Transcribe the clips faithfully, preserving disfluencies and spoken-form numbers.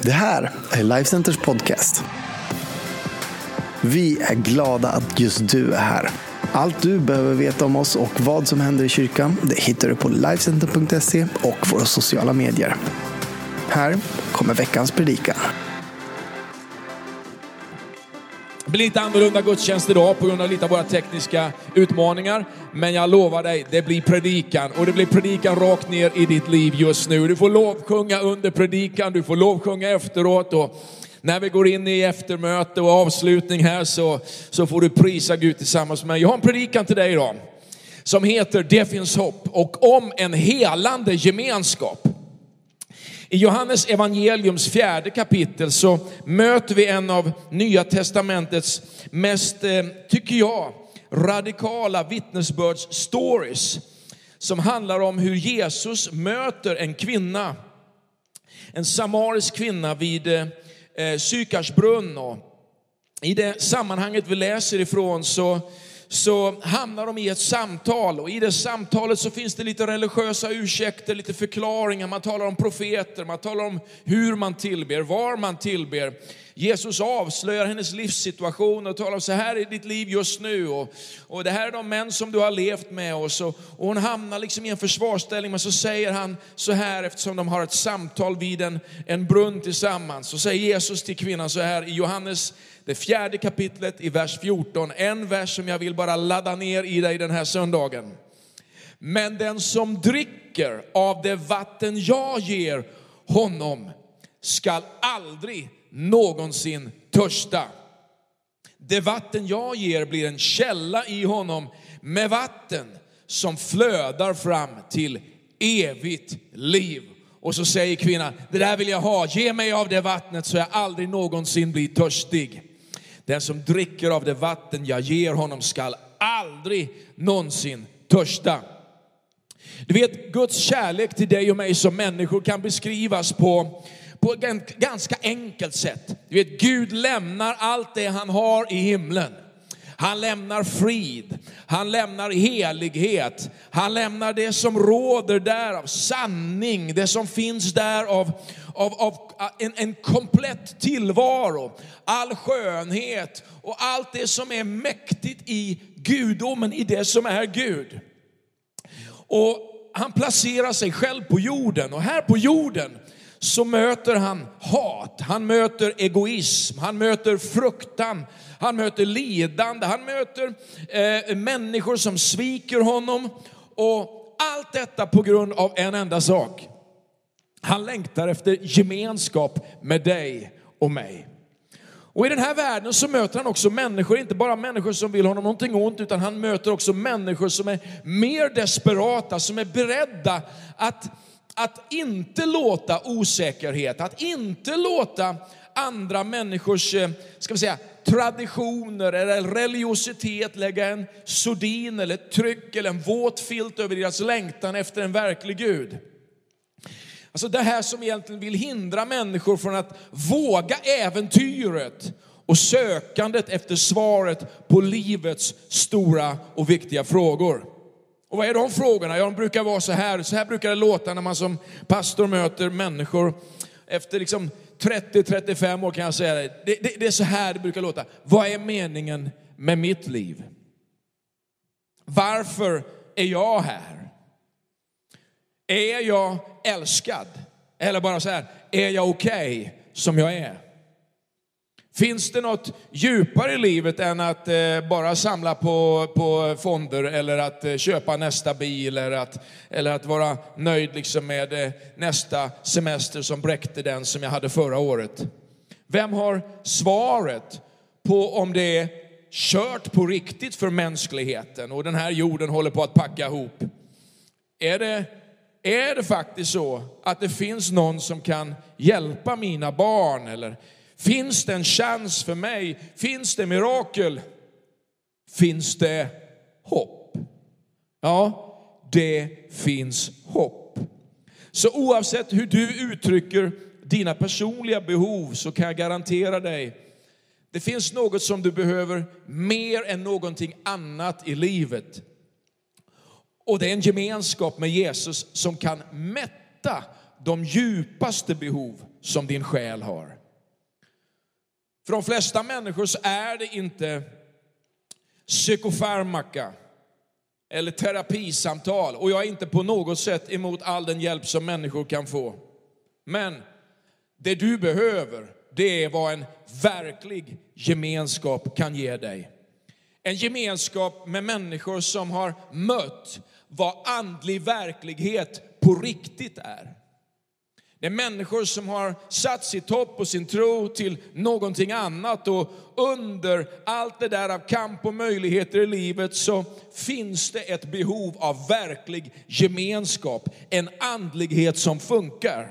Det här är Life Centers podcast. Vi är glada att just du är här. Allt du behöver veta om oss och vad som händer i kyrkan, det hittar du på lifecenter punkt se och våra sociala medier. Här kommer veckans predikan. Det blir lite annorlunda gudstjänst idag på grund av lite av våra tekniska utmaningar. Men jag lovar dig, det blir predikan. Och det blir predikan rakt ner i ditt liv just nu. Du får lovsjunga under predikan, du får lovsjunga efteråt. Och när vi går in i eftermöte och avslutning här så, så får du prisa Gud tillsammans med mig. Jag har en predikan till dig idag som heter Det finns hopp och om en helande gemenskap. I Johannes evangeliums fjärde kapitel så möter vi en av Nya testamentets mest, eh, tycker jag, radikala vittnesbördsstories. Som handlar om hur Jesus möter en kvinna, en samarisk kvinna vid eh, Sykars brunn. Och i det sammanhanget vi läser ifrån så... så hamnar de i ett samtal, och i det samtalet så finns det lite religiösa ursäkter, lite förklaringar. Man talar om profeter, man talar om hur man tillber, var man tillber. Jesus avslöjar hennes livssituation och talar om så här är ditt liv just nu, och, och det här är de män som du har levt med. Och, så, och hon hamnar liksom i en försvarsställning, men så säger han så här, eftersom de har ett samtal vid en, en brunn tillsammans. Så säger Jesus till kvinnan så här i Johannes det fjärde kapitlet i vers fjorton. En vers som jag vill bara ladda ner i dig den här söndagen. Men den som dricker av det vatten jag ger honom skall aldrig någonsin törsta. Det vatten jag ger blir en källa i honom med vatten som flödar fram till evigt liv. Och så säger kvinnan, det där vill jag ha. Ge mig av det vattnet så jag aldrig någonsin blir törstig. Den som dricker av det vatten jag ger honom skall aldrig någonsin törsta. Du vet, Guds kärlek till dig och mig som människor kan beskrivas på, på ett ganska enkelt sätt. Du vet, Gud lämnar allt det han har i himlen. Han lämnar frid, han lämnar helighet, han lämnar det som råder där av sanning, det som finns där av, av, av en, en komplett tillvaro, all skönhet och allt det som är mäktigt i gudomen, i det som är Gud. Och han placerar sig själv på jorden, och här på jorden så möter han hat, han möter egoism, han möter fruktan, han möter lidande, han möter eh, människor som sviker honom. Och allt detta på grund av en enda sak. Han längtar efter gemenskap med dig och mig. Och i den här världen så möter han också människor, inte bara människor som vill honom någonting ont, utan han möter också människor som är mer desperata, som är beredda att, att inte låta osäkerhet, att inte låta andra människors, ska vi säga, traditioner eller religiositet lägga en sordin eller ett tryck eller en våt filt över deras längtan efter en verklig Gud. Alltså det här som egentligen vill hindra människor från att våga äventyret och sökandet efter svaret på livets stora och viktiga frågor. Och vad är de frågorna? Ja, de brukar vara så här. Så här brukar det låta när man som pastor möter människor efter liksom trettio till trettiofem år, kan jag säga det. Det, det. det är så här det brukar låta. Vad är meningen med mitt liv? Varför är jag här? Är jag älskad? Eller bara så här, är jag okej okay som jag är? Finns det något djupare i livet än att eh, bara samla på, på fonder, eller att eh, köpa nästa bil, eller att, eller att vara nöjd liksom med eh, nästa semester som bräckte den som jag hade förra året? Vem har svaret på om det är kört på riktigt för mänskligheten och den här jorden håller på att packa ihop? Är det, är det faktiskt så att det finns någon som kan hjälpa mina barn, eller finns det en chans för mig? Finns det mirakel? Finns det hopp? Ja, det finns hopp. Så oavsett hur du uttrycker dina personliga behov, så kan jag garantera dig, det finns något som du behöver mer än någonting annat i livet. Och det är en gemenskap med Jesus som kan mätta de djupaste behov som din själ har. För de flesta människor så är det inte psykofarmaka eller terapisamtal. Och jag är inte på något sätt emot all den hjälp som människor kan få. Men det du behöver, det är vad en verklig gemenskap kan ge dig. En gemenskap med människor som har mött vad andlig verklighet på riktigt är. Det är människor som har satt sitt hopp och sin tro till någonting annat. Och under allt det där av kamp och möjligheter i livet så finns det ett behov av verklig gemenskap. En andlighet som funkar.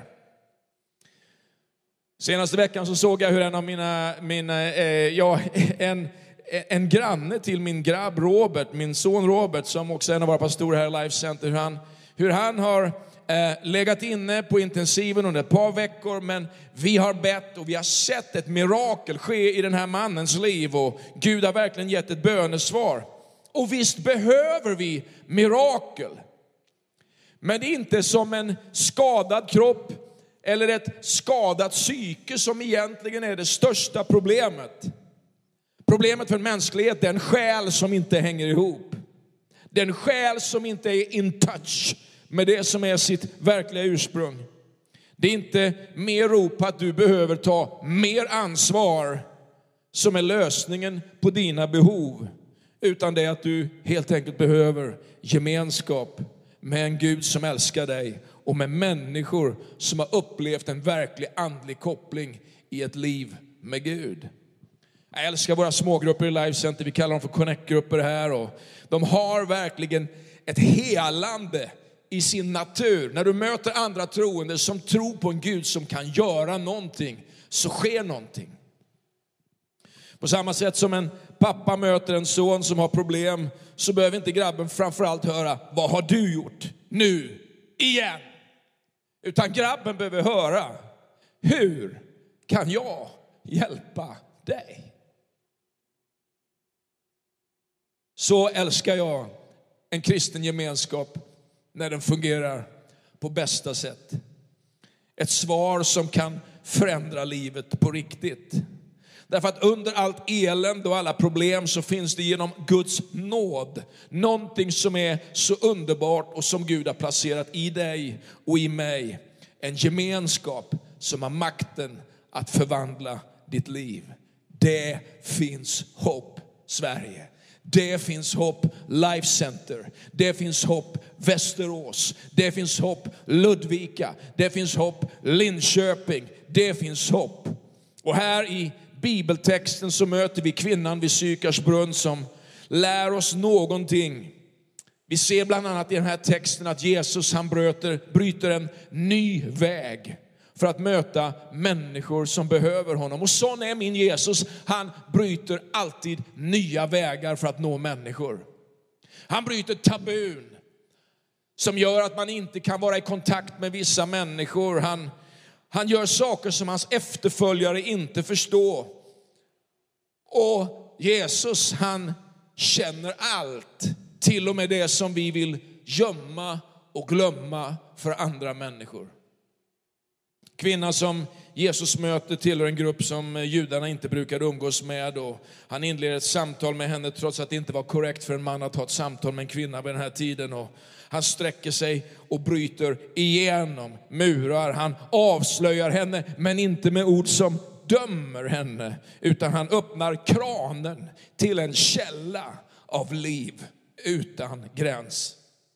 Senaste veckan så såg jag hur en av mina, mina eh, ja, en, en granne till min grabb Robert, min son Robert, som också är en av våra pastorer här i Life Center, hur han, hur han har eh, legat inne på intensiven under ett par veckor, men vi har bett och vi har sett ett mirakel ske i den här mannens liv och Gud har verkligen gett ett bönesvar. Och visst behöver vi mirakel, men det är inte som en skadad kropp eller ett skadat psyke som egentligen är det största problemet. Problemet för mänsklighet är en själ som inte hänger ihop. Det är en själ som inte är in touch med det som är sitt verkliga ursprung. Det är inte mer rop på att du behöver ta mer ansvar som är lösningen på dina behov. Utan det är att du helt enkelt behöver gemenskap med en Gud som älskar dig. Och med människor som har upplevt en verklig andlig koppling i ett liv med Gud. Jag älskar våra smågrupper i Life Center. Vi kallar dem för connect-grupper här. Och de har verkligen ett helande i sin natur. När du möter andra troende som tror på en Gud som kan göra någonting, så sker någonting. På samma sätt som en pappa möter en son som har problem, så behöver inte grabben framförallt höra: vad har du gjort nu igen? Utan grabben behöver höra: hur kan jag hjälpa dig? Så älskar jag en kristen gemenskap när den fungerar på bästa sätt. Ett svar som kan förändra livet på riktigt. Därför att under allt elände och alla problem så finns det genom Guds nåd någonting som är så underbart och som Gud har placerat i dig och i mig. En gemenskap som har makten att förvandla ditt liv. Det finns hopp, Sverige. Det finns hopp, Life Center. Det finns hopp, Västerås. Det finns hopp, Ludvika. Det finns hopp, Linköping. Det finns hopp. Och här i bibeltexten så möter vi kvinnan vid Sykars brunn som lär oss någonting. Vi ser bland annat i den här texten att Jesus han bryter, bryter en ny väg för att möta människor som behöver honom. Och sån är min Jesus. Han bryter alltid nya vägar för att nå människor. Han bryter tabun som gör att man inte kan vara i kontakt med vissa människor. Han, han gör saker som hans efterföljare inte förstår. Och Jesus han känner allt. Till och med det som vi vill gömma och glömma för andra människor. Kvinnan som Jesus möter tillhör en grupp som judarna inte brukade umgås med. Och han inleder ett samtal med henne trots att det inte var korrekt för en man att ha ett samtal med en kvinna vid den här tiden. Och han sträcker sig och bryter igenom murar. Han avslöjar henne, men inte med ord som dömer henne. Utan han öppnar kranen till en källa av liv utan gräns.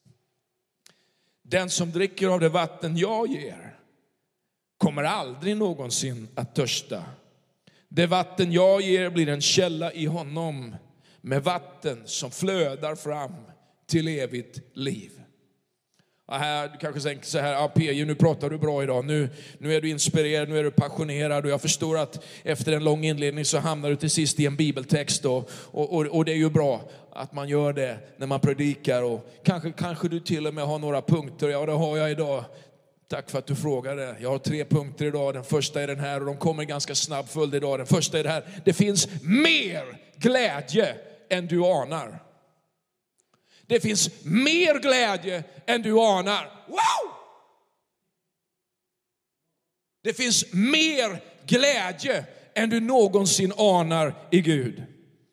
Den som dricker av det vatten jag ger kommer aldrig någonsin att törsta. Det vatten jag ger blir en källa i honom med vatten som flödar fram till evigt liv. Och här, du kanske tänker så här: ja, P J, nu pratar du bra idag. Nu, nu är du inspirerad, nu är du passionerad. Och jag förstår att efter en lång inledning så hamnar du till sist i en bibeltext. Och, och, och, och det är ju bra att man gör det när man predikar. Och kanske, kanske du till och med har några punkter. Ja, det har jag idag. Tack för att du frågade. Jag har tre punkter idag. Den första är den här och de kommer ganska snabb följd idag. Den första är det här: det finns mer glädje än du anar. Det finns mer glädje än du anar. Wow! Det finns mer glädje än du någonsin anar i Gud.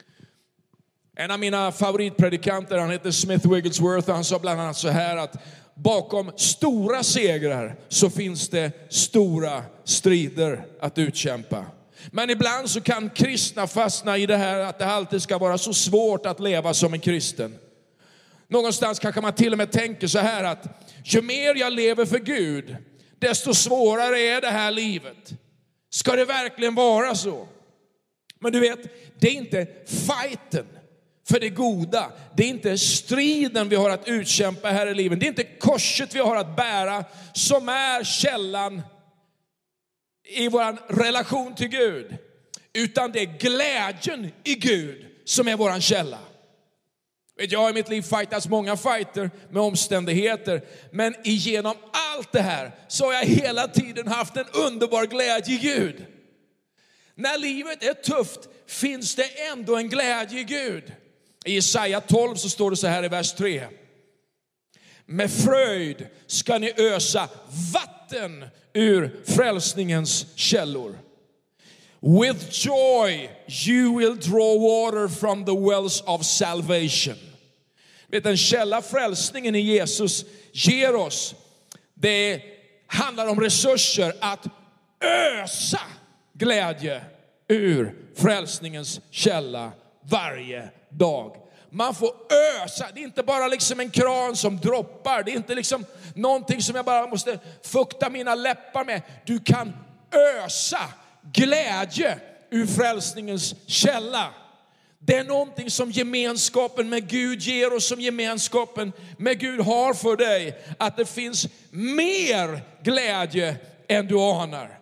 En av mina favoritpredikanter, han heter Smith Wigglesworth, han sa bland annat så här att bakom stora segrar så finns det stora strider att utkämpa. Men ibland så kan kristna fastna i det här att det alltid ska vara så svårt att leva som en kristen. Någonstans kanske man till och med tänker så här att ju mer jag lever för Gud, desto svårare är det här livet. Ska det verkligen vara så? Men du vet, det är inte fighten för det goda. Det är inte striden vi har att utkämpa här i livet. Det är inte korset vi har att bära som är källan i vår relation till Gud. Utan det är glädjen i Gud som är vår källa. Jag har i mitt liv fightats många fighter med omständigheter. Men igenom allt det här så har jag hela tiden haft en underbar glädje i Gud. När livet är tufft finns det ändå en glädje i Gud. I Jesaja tolv så står det så här i vers tre. Med fröjd ska ni ösa vatten ur frälsningens källor. With joy you will draw water from the wells of salvation. Vet, den källa frälsningen i Jesus ger oss, det handlar om resurser att ösa glädje ur frälsningens källa varje dag. Man får ösa, det är inte bara liksom en kran som droppar, det är inte liksom någonting som jag bara måste fukta mina läppar med. Du kan ösa glädje ur frälsningens källa. Det är någonting som gemenskapen med Gud ger oss, som gemenskapen med Gud har för dig. Att det finns mer glädje än du anar.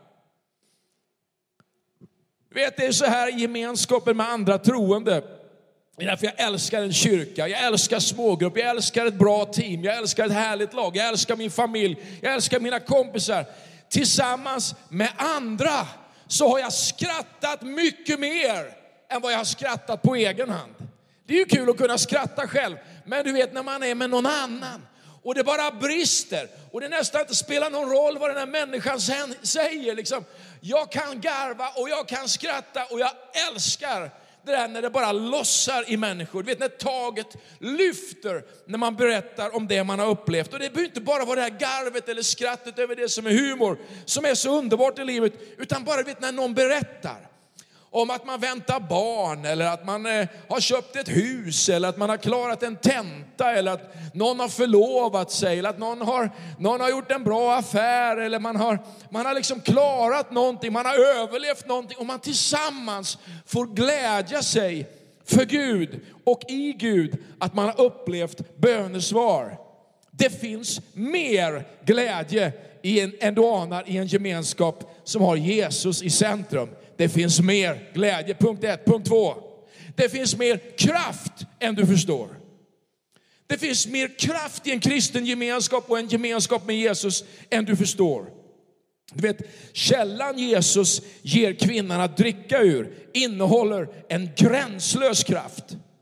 Vet, det är så här gemenskapen med andra troende. Det är därför jag älskar en kyrka, jag älskar smågrupper, jag älskar ett bra team, jag älskar ett härligt lag, jag älskar min familj, jag älskar mina kompisar. Tillsammans med andra så har jag skrattat mycket mer än vad jag har skrattat på egen hand. Det är ju kul att kunna skratta själv, men du vet när man är med någon annan och det bara brister och det nästan inte spelar någon roll vad den här människan säger. Liksom. Jag kan garva och jag kan skratta och jag älskar det där när det bara lossar i människor. Du vet när taget lyfter när man berättar om det man har upplevt. Och det behöver inte bara vara det här garvet eller skrattet över det som är humor som är så underbart i livet. Utan bara vet när någon berättar om att man väntar barn eller att man eh, har köpt ett hus eller att man har klarat en tenta eller att någon har förlovat sig eller att någon har, någon har gjort en bra affär eller man har, man har liksom klarat någonting, man har överlevt någonting och man tillsammans får glädja sig för Gud och i Gud att man har upplevt bönesvar. Det finns mer glädje i en, än du anar i en gemenskap som har Jesus i centrum. Det finns mer glädje. Punkt ett. Punkt två. Det finns mer kraft än du förstår. Det finns mer kraft i en kristen gemenskap och en gemenskap med Jesus än du förstår. Du vet, källan Jesus ger kvinnan att dricka ur innehåller en gränslös kraft.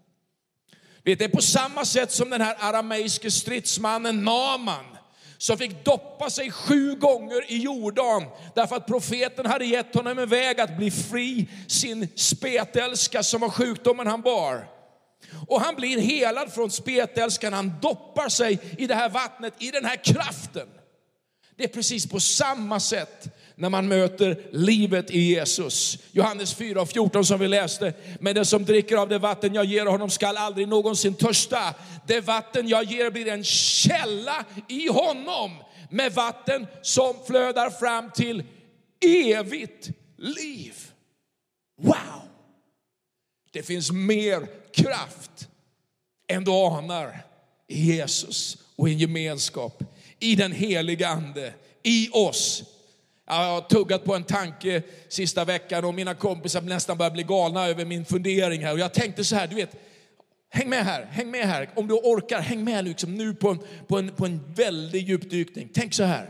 Det är på samma sätt som den här arameiske stridsmannen Naaman som fick doppa sig sju gånger i Jordan därför att profeten hade gett honom en väg att bli fri sin spetälska som var sjukdomen han bar. Och han blir helad från spetälskan, han doppar sig i det här vattnet, i den här kraften. Det är precis på samma sätt när man möter livet i Jesus. Johannes fyra och fjorton som vi läste. Men den som dricker av det vatten jag ger honom skall aldrig någonsin törsta. Det vatten jag ger blir en källa i honom. Med vatten som flödar fram till evigt liv. Wow! Det finns mer kraft än du anar i Jesus och i en gemenskap. I den heliga ande, i oss. Jag har tuggat på en tanke sista veckan och mina kompisar nästan börjar bli galna över min fundering här. Och jag tänkte så här, du vet, häng med här, häng med här. Om du orkar, häng med liksom nu på en, på en, på en väldig djupdykning. Tänk så här.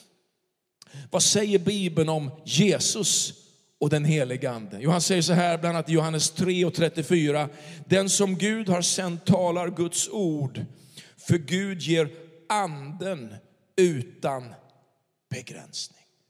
Vad säger Bibeln om Jesus och den heliga ande? Jo, han säger så här bland annat i Johannes tre och trettiofyra. Den som Gud har sänt talar Guds ord. För Gud ger anden utan begränsning.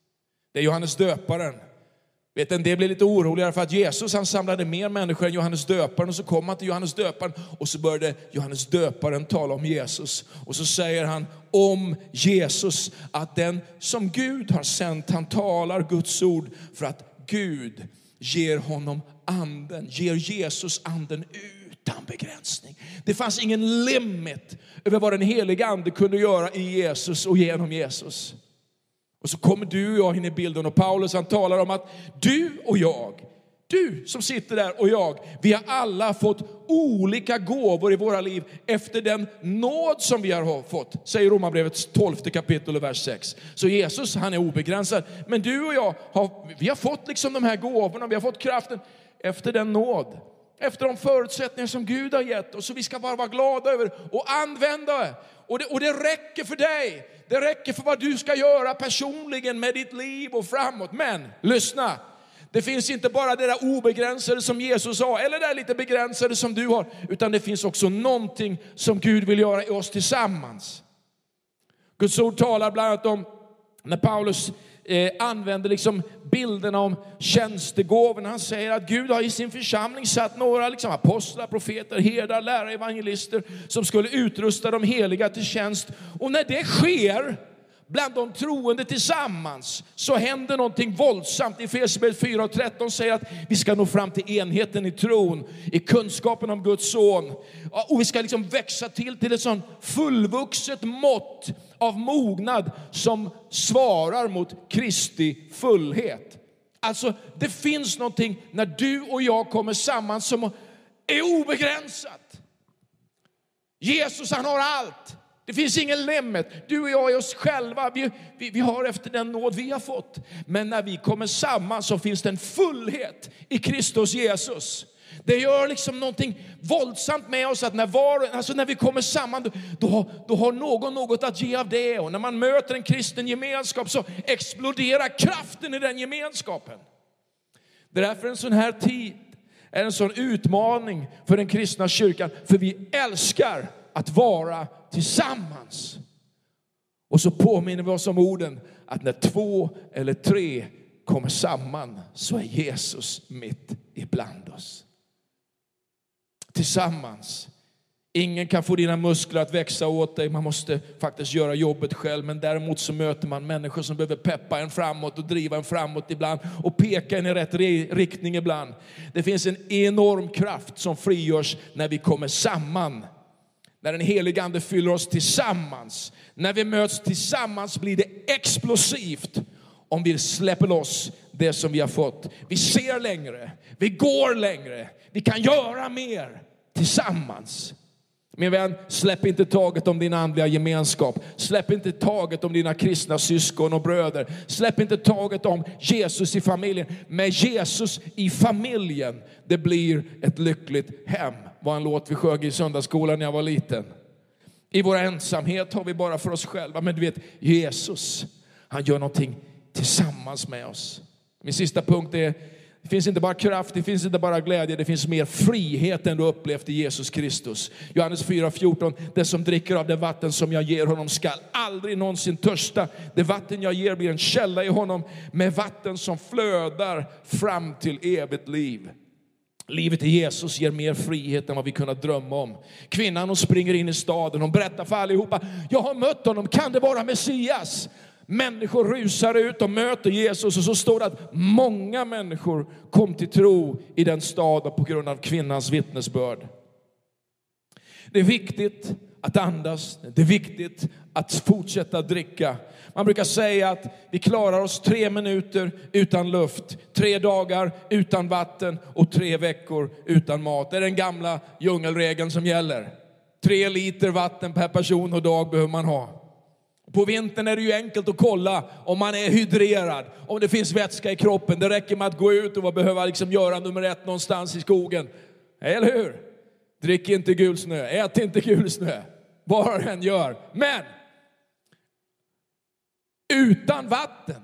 Det är Johannes döparen. Vet en del blir lite oroligare för att Jesus han samlade mer människor än Johannes döparen. Och så kom han till Johannes döparen och så började Johannes döparen tala om Jesus. Och så säger han om Jesus att den som Gud har sänt, han talar Guds ord för att Gud ger honom anden, ger Jesus anden utan begränsning. Det fanns ingen limit över vad den heliga ande kunde göra i Jesus och genom Jesus. Och så kommer du och jag in i bilden och Paulus han talar om att du och jag, du som sitter där och jag, vi har alla fått olika gåvor i våra liv efter den nåd som vi har fått, säger Romarbrevets tolfte kapitel och vers sex. Så Jesus han är obegränsad, men du och jag har, vi har fått liksom de här gåvorna, vi har fått kraften efter den nåd, efter de förutsättningar som Gud har gett oss. Så vi ska bara vara glada över och använda det. Och det, och det räcker för dig. Det räcker för vad du ska göra personligen med ditt liv och framåt. Men lyssna, det finns inte bara det där obegränsade som Jesus har, eller det där lite begränsade som du har, utan det finns också någonting som Gud vill göra i oss tillsammans. Guds ord talar bland annat om när Paulus eh, använder liksom bilderna om tjänstegåvorna. Han säger att Gud har i sin församling satt några liksom apostlar, profeter, herdar, lärare, evangelister som skulle utrusta de heliga till tjänst. Och när det sker bland de troende tillsammans så händer någonting våldsamt. I Efesierbrevet fyra och tretton säger att vi ska nå fram till enheten i tron, i kunskapen om Guds son. Och vi ska liksom växa till till ett sånt fullvuxet mått av mognad som svarar mot Kristi fullhet. Alltså det finns någonting när du och jag kommer samman som är obegränsat. Jesus han har allt. Det finns ingen limit. Du och jag är oss själva. Vi, vi, vi har efter den nåd vi har fått. Men när vi kommer samman så finns det en fullhet i Kristus Jesus. Det gör liksom någonting våldsamt med oss att när, var, alltså när vi kommer samman då, då, då har någon något att ge av det. Och när man möter en kristen gemenskap så exploderar kraften i den gemenskapen. Det är därför en sån här tid är en sån utmaning för den kristna kyrkan. För vi älskar att vara tillsammans. Och så påminner vi oss om orden att när två eller tre kommer samman så är Jesus mitt ibland oss. Tillsammans. Ingen kan få dina muskler att växa åt dig. Man måste faktiskt göra jobbet själv. Men däremot så möter man människor som behöver peppa en framåt och driva en framåt ibland. Och peka en i rätt riktning ibland. Det finns en enorm kraft som frigörs när vi kommer samman. När den heliga ande fyller oss tillsammans. När vi möts tillsammans blir det explosivt. Om vi släpper loss det som vi har fått. Vi ser längre. Vi går längre. Vi kan göra mer tillsammans. Min vän, släpp inte taget om din andliga gemenskap. Släpp inte taget om dina kristna syskon och bröder. Släpp inte taget om Jesus i familjen. Med Jesus i familjen, det blir ett lyckligt hem. Var en låt vi sjöng i söndagsskolan när jag var liten. I vår ensamhet har vi bara för oss själva. Men du vet, Jesus, han gör någonting tillsammans med oss. Min sista punkt är, det finns inte bara kraft, det finns inte bara glädje, det finns mer frihet än du upplevt i Jesus Kristus. Johannes fyra fjorton, den som dricker av det vatten som jag ger honom skall aldrig någonsin törsta. Det vatten jag ger blir en källa i honom med vatten som flödar fram till evigt liv. Livet i Jesus ger mer frihet än vad vi kunnat drömma om. Kvinnan hon springer in i staden och berättar för allihopa, jag har mött honom, kan det vara Messias? Människor rusar ut och möter Jesus och så står det att många människor kom till tro i den staden på grund av kvinnans vittnesbörd. Det är viktigt att andas, det är viktigt att fortsätta dricka. Man brukar säga att vi klarar oss tre minuter utan luft, tre dagar utan vatten och tre veckor utan mat. Det är den gamla djungelregeln som gäller. Tre liter vatten per person och dag behöver man ha. På vintern är det ju enkelt att kolla om man är hydrerad, om det finns vätska i kroppen. Det räcker med att gå ut och behöva liksom göra nummer ett någonstans i skogen. Eller hur? Drick inte gul snö, ät inte gul snö. Bara den gör. Men utan vatten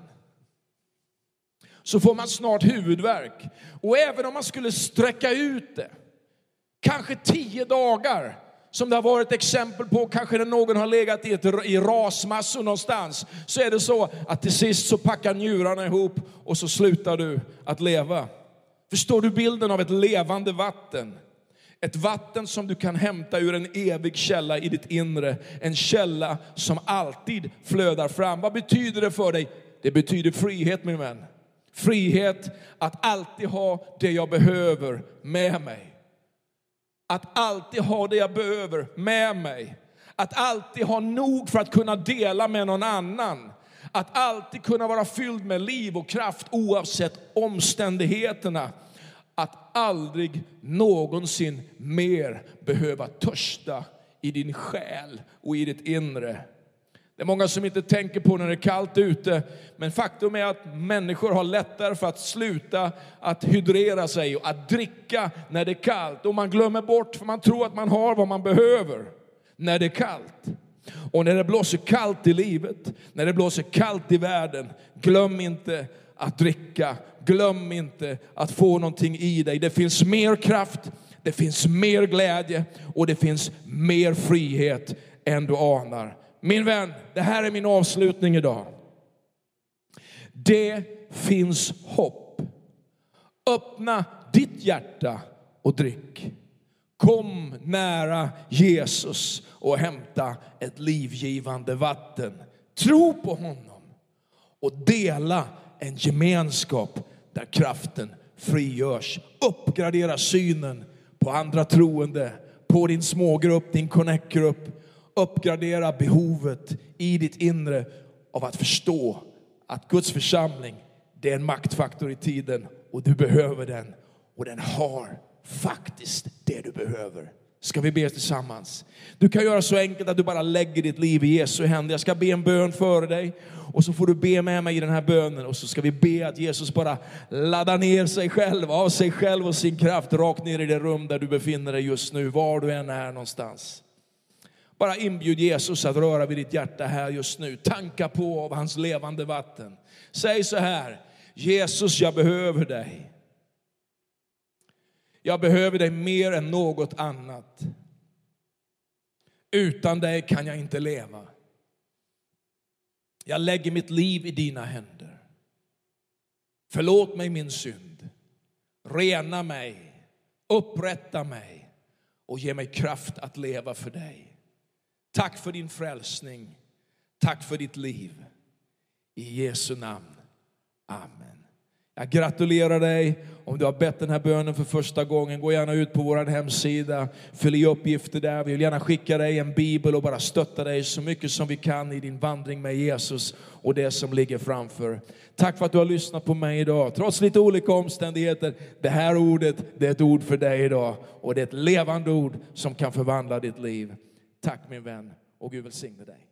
så får man snart huvudvärk. Och även om man skulle sträcka ut det, kanske tio dagar, som det har varit exempel på, kanske när någon har legat i, ett, i rasmassor någonstans, så är det så att till sist så packar njurarna ihop och så slutar du att leva. Förstår du bilden av ett levande vatten? Ett vatten som du kan hämta ur en evig källa i ditt inre. En källa som alltid flödar fram. Vad betyder det för dig? Det betyder frihet, min vän. Frihet att alltid ha det jag behöver med mig. Att alltid ha det jag behöver med mig. Att alltid ha nog för att kunna dela med någon annan. Att alltid kunna vara fylld med liv och kraft oavsett omständigheterna. Att aldrig någonsin mer behöva törsta i din själ och i ditt inre. Det är många som inte tänker på när det är kallt ute. Men faktum är att människor har lättare för att sluta att hydrera sig och att dricka när det är kallt. Och man glömmer bort, för man tror att man har vad man behöver när det är kallt. Och när det blåser kallt i livet, när det blåser kallt i världen, glöm inte att dricka. Glöm inte att få någonting i dig. Det finns mer kraft, det finns mer glädje och det finns mer frihet än du anar. Min vän, det här är min avslutning idag. Det finns hopp. Öppna ditt hjärta och drick. Kom nära Jesus och hämta ett livgivande vatten. Tro på honom och dela en gemenskap där kraften frigörs. Uppgradera synen på andra troende, på din smågrupp, din connect-grupp. Uppgradera behovet i ditt inre av att förstå att Guds församling, det är en maktfaktor i tiden och du behöver den. Och den har faktiskt det du behöver. Ska vi be tillsammans? Du kan göra så enkelt att du bara lägger ditt liv i Jesu händer. Jag ska be en bön för dig. Och så får du be med mig i den här bönen. Och så ska vi be att Jesus bara laddar ner sig själv, av sig själv och sin kraft rakt ner i det rum där du befinner dig just nu. Var du än är någonstans. Bara inbjud Jesus att röra vid ditt hjärta här just nu. Tanka på av hans levande vatten. Säg så här: Jesus, jag behöver dig. Jag behöver dig mer än något annat. Utan dig kan jag inte leva. Jag lägger mitt liv i dina händer. Förlåt mig min synd. Rena mig. Upprätta mig. Och ge mig kraft att leva för dig. Tack för din frälsning. Tack för ditt liv. I Jesu namn. Amen. Jag gratulerar dig om du har bett den här bönen för första gången. Gå gärna ut på vår hemsida. Fyll i uppgifter där. Vi vill gärna skicka dig en bibel och bara stötta dig så mycket som vi kan i din vandring med Jesus och det som ligger framför. Tack för att du har lyssnat på mig idag. Trots lite olika omständigheter. Det här ordet, det är ett ord för dig idag. Och det är ett levande ord som kan förvandla ditt liv. Tack min vän och Gud välsigne dig.